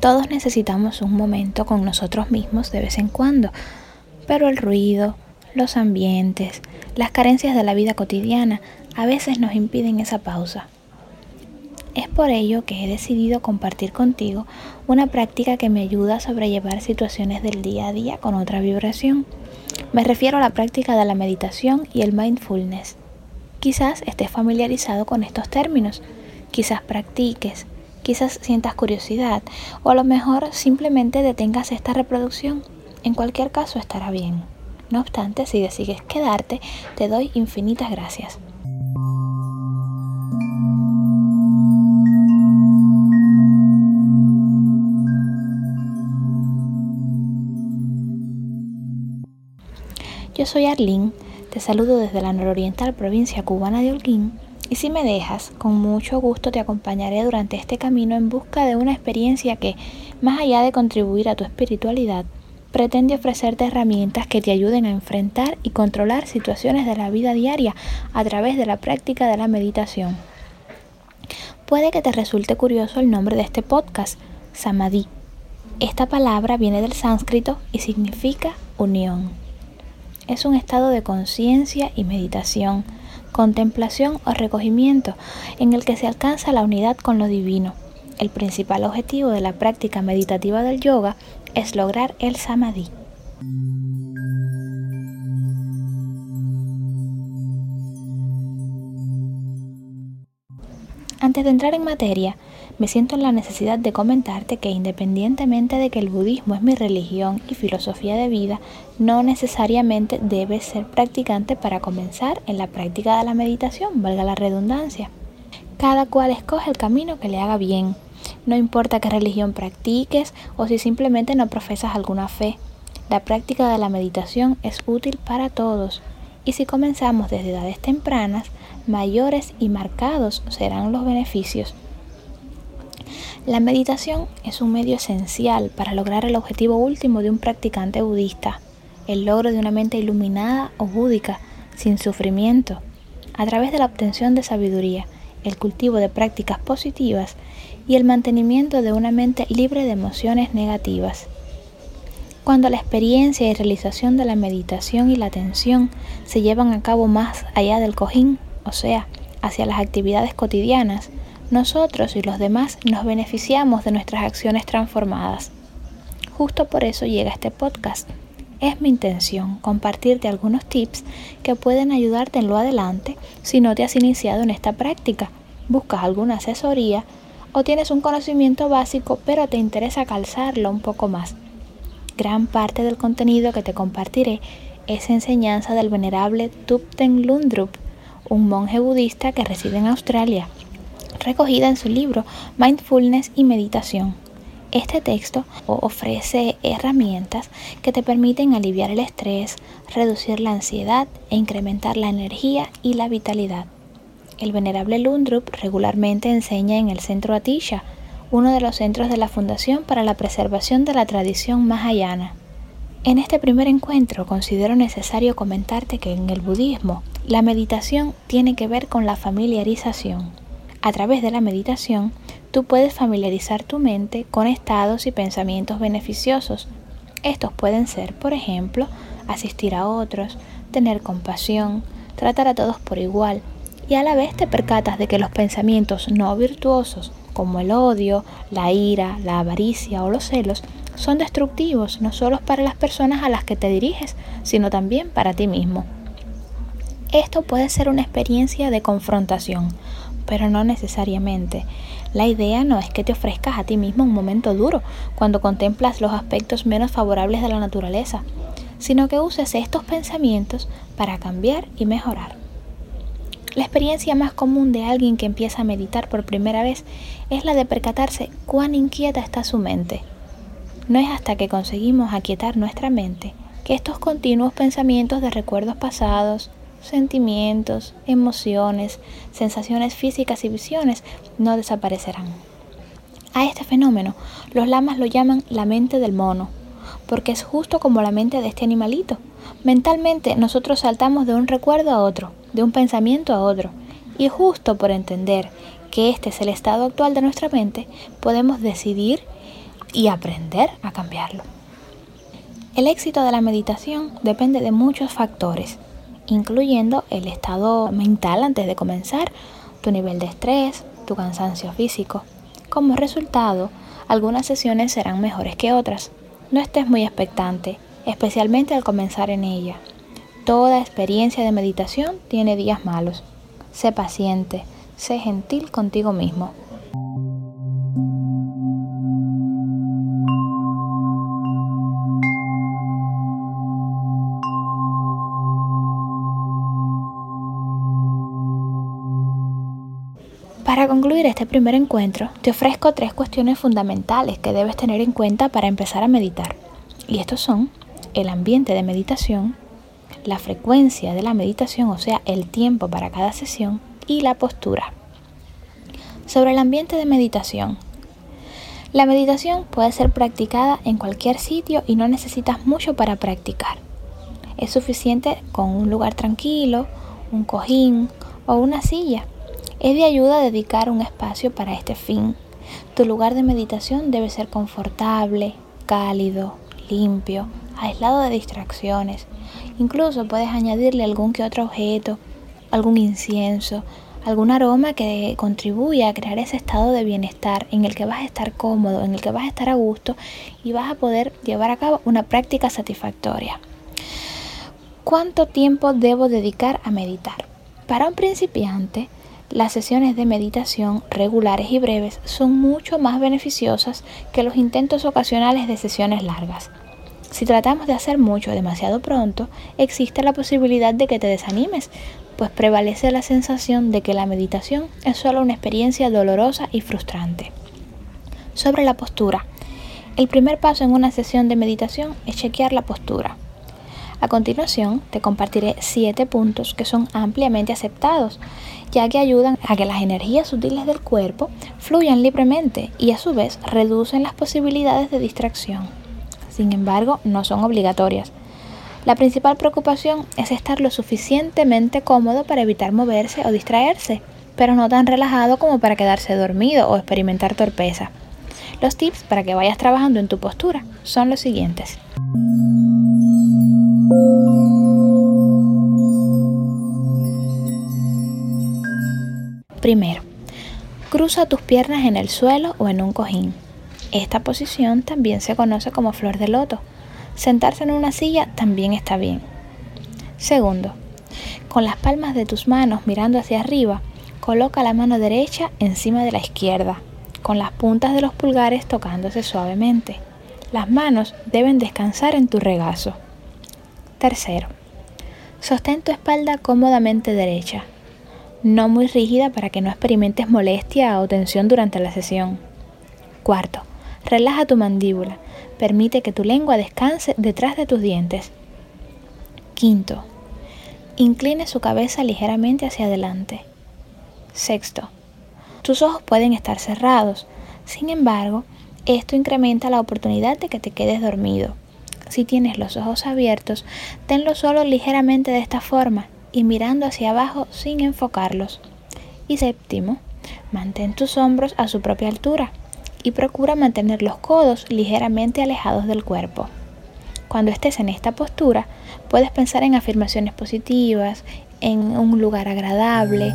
Todos necesitamos un momento con nosotros mismos de vez en cuando, pero el ruido, los ambientes, las carencias de la vida cotidiana a veces nos impiden esa pausa. Es por ello que he decidido compartir contigo una práctica que me ayuda a sobrellevar situaciones del día a día con otra vibración. Me refiero a la práctica de la meditación y el mindfulness. Quizás estés familiarizado con estos términos, quizás practiques, quizás sientas curiosidad o a lo mejor simplemente detengas esta reproducción. En cualquier caso estará bien. No obstante, si decides quedarte, te doy infinitas gracias. Yo soy Arlene, te saludo desde la nororiental provincia cubana de Holguín y si me dejas, con mucho gusto te acompañaré durante este camino en busca de una experiencia que, más allá de contribuir a tu espiritualidad, pretende ofrecerte herramientas que te ayuden a enfrentar y controlar situaciones de la vida diaria a través de la práctica de la meditación. Puede que te resulte curioso el nombre de este podcast, Samadhi. Esta palabra viene del sánscrito y significa unión. Es un estado de conciencia y meditación, contemplación o recogimiento en el que se alcanza la unidad con lo divino. El principal objetivo de la práctica meditativa del yoga es lograr el samadhi. Antes de entrar en materia, me siento en la necesidad de comentarte que independientemente de que el budismo es mi religión y filosofía de vida, no necesariamente debes ser practicante para comenzar en la práctica de la meditación, valga la redundancia. Cada cual escoge el camino que le haga bien. No importa qué religión practiques o si simplemente no profesas alguna fe. La práctica de la meditación es útil para todos. Y si comenzamos desde edades tempranas, mayores y marcados serán los beneficios. La meditación es un medio esencial para lograr el objetivo último de un practicante budista, el logro de una mente iluminada o búdica, sin sufrimiento, a través de la obtención de sabiduría, el cultivo de prácticas positivas y el mantenimiento de una mente libre de emociones negativas. Cuando la experiencia y realización de la meditación y la atención se llevan a cabo más allá del cojín, o sea, hacia las actividades cotidianas, nosotros y los demás nos beneficiamos de nuestras acciones transformadas. Justo por eso llega este podcast. Es mi intención compartirte algunos tips que pueden ayudarte en lo adelante si no te has iniciado en esta práctica, buscas alguna asesoría o tienes un conocimiento básico pero te interesa calzarlo un poco más. Gran parte del contenido que te compartiré es enseñanza del venerable Thupten Lundrup, un monje budista que reside en Australia, recogida en su libro Mindfulness y Meditación. Este texto ofrece herramientas que te permiten aliviar el estrés, reducir la ansiedad e incrementar la energía y la vitalidad. El venerable Lundrup regularmente enseña en el Centro Atisha, uno de los centros de la Fundación para la Preservación de la Tradición Mahayana. En este primer encuentro considero necesario comentarte que en el budismo la meditación tiene que ver con la familiarización. A través de la meditación, tú puedes familiarizar tu mente con estados y pensamientos beneficiosos. Estos pueden ser, por ejemplo, asistir a otros, tener compasión, tratar a todos por igual, y a la vez te percatas de que los pensamientos no virtuosos, como el odio, la ira, la avaricia o los celos, son destructivos no solo para las personas a las que te diriges, sino también para ti mismo. Esto puede ser una experiencia de confrontación, pero no necesariamente. La idea no es que te ofrezcas a ti mismo un momento duro cuando contemplas los aspectos menos favorables de la naturaleza, sino que uses estos pensamientos para cambiar y mejorar. La experiencia más común de alguien que empieza a meditar por primera vez es la de percatarse cuán inquieta está su mente. No es hasta que conseguimos aquietar nuestra mente que estos continuos pensamientos de recuerdos pasados, sentimientos, emociones, sensaciones físicas y visiones no desaparecerán. A este fenómeno los lamas lo llaman la mente del mono, porque es justo como la mente de este animalito. Mentalmente nosotros saltamos de un recuerdo a otro, de un pensamiento a otro, y justo por entender que este es el estado actual de nuestra mente, podemos decidir y aprender a cambiarlo. El éxito de la meditación depende de muchos factores, incluyendo el estado mental antes de comenzar, tu nivel de estrés, tu cansancio físico. Como resultado, algunas sesiones serán mejores que otras. No estés muy expectante, especialmente al comenzar en ella. Toda experiencia de meditación tiene días malos. Sé paciente, sé gentil contigo mismo. Para concluir este primer encuentro, te ofrezco 3 cuestiones fundamentales que debes tener en cuenta para empezar a meditar. Y estos son el ambiente de meditación, la frecuencia de la meditación, o sea, el tiempo para cada sesión, y la postura. Sobre el ambiente de meditación. La meditación puede ser practicada en cualquier sitio y no necesitas mucho para practicar. Es suficiente con un lugar tranquilo, un cojín o una silla. Es de ayuda dedicar un espacio para este fin. Tu lugar de meditación debe ser confortable, cálido, limpio, aislado de distracciones. Incluso puedes añadirle algún que otro objeto, algún incienso, algún aroma que contribuya a crear ese estado de bienestar en el que vas a estar cómodo, en el que vas a estar a gusto y vas a poder llevar a cabo una práctica satisfactoria. ¿Cuánto tiempo debo dedicar a meditar? Para un principiante, las sesiones de meditación regulares y breves son mucho más beneficiosas que los intentos ocasionales de sesiones largas. Si tratamos de hacer mucho demasiado pronto, existe la posibilidad de que te desanimes, pues prevalece la sensación de que la meditación es solo una experiencia dolorosa y frustrante. Sobre la postura. El primer paso en una sesión de meditación es chequear la postura. A continuación, te compartiré 7 puntos que son ampliamente aceptados, ya que ayudan a que las energías sutiles del cuerpo fluyan libremente y a su vez reducen las posibilidades de distracción. Sin embargo, no son obligatorias. La principal preocupación es estar lo suficientemente cómodo para evitar moverse o distraerse, pero no tan relajado como para quedarse dormido o experimentar torpeza. Los tips para que vayas trabajando en tu postura son los siguientes. Primero, cruza tus piernas en el suelo o en un cojín. Esta posición también se conoce como flor de loto. Sentarse en una silla también está bien. Segundo, con las palmas de tus manos mirando hacia arriba, coloca la mano derecha encima de la izquierda, con las puntas de los pulgares tocándose suavemente. Las manos deben descansar en tu regazo. Tercero, sostén tu espalda cómodamente derecha, no muy rígida para que no experimentes molestia o tensión durante la sesión. Cuarto, relaja tu mandíbula, permite que tu lengua descanse detrás de tus dientes. Quinto, incline su cabeza ligeramente hacia adelante. Sexto, tus ojos pueden estar cerrados, sin embargo, esto incrementa la oportunidad de que te quedes dormido. Si tienes los ojos abiertos, tenlos solo ligeramente de esta forma y mirando hacia abajo sin enfocarlos. Y séptimo, mantén tus hombros a su propia altura y procura mantener los codos ligeramente alejados del cuerpo. Cuando estés en esta postura, puedes pensar en afirmaciones positivas, en un lugar agradable.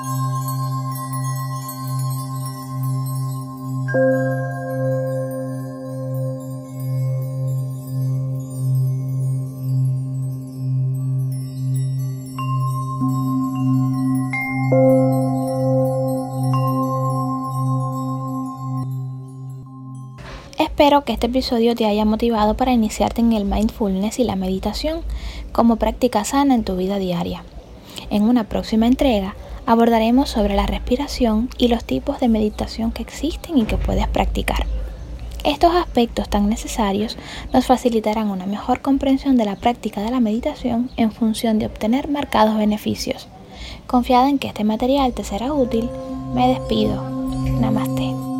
Espero que este episodio te haya motivado para iniciarte en el mindfulness y la meditación como práctica sana en tu vida diaria. En una próxima entrega abordaremos sobre la respiración y los tipos de meditación que existen y que puedes practicar. Estos aspectos tan necesarios nos facilitarán una mejor comprensión de la práctica de la meditación en función de obtener marcados beneficios. Confiada en que este material te será útil, me despido. Namaste.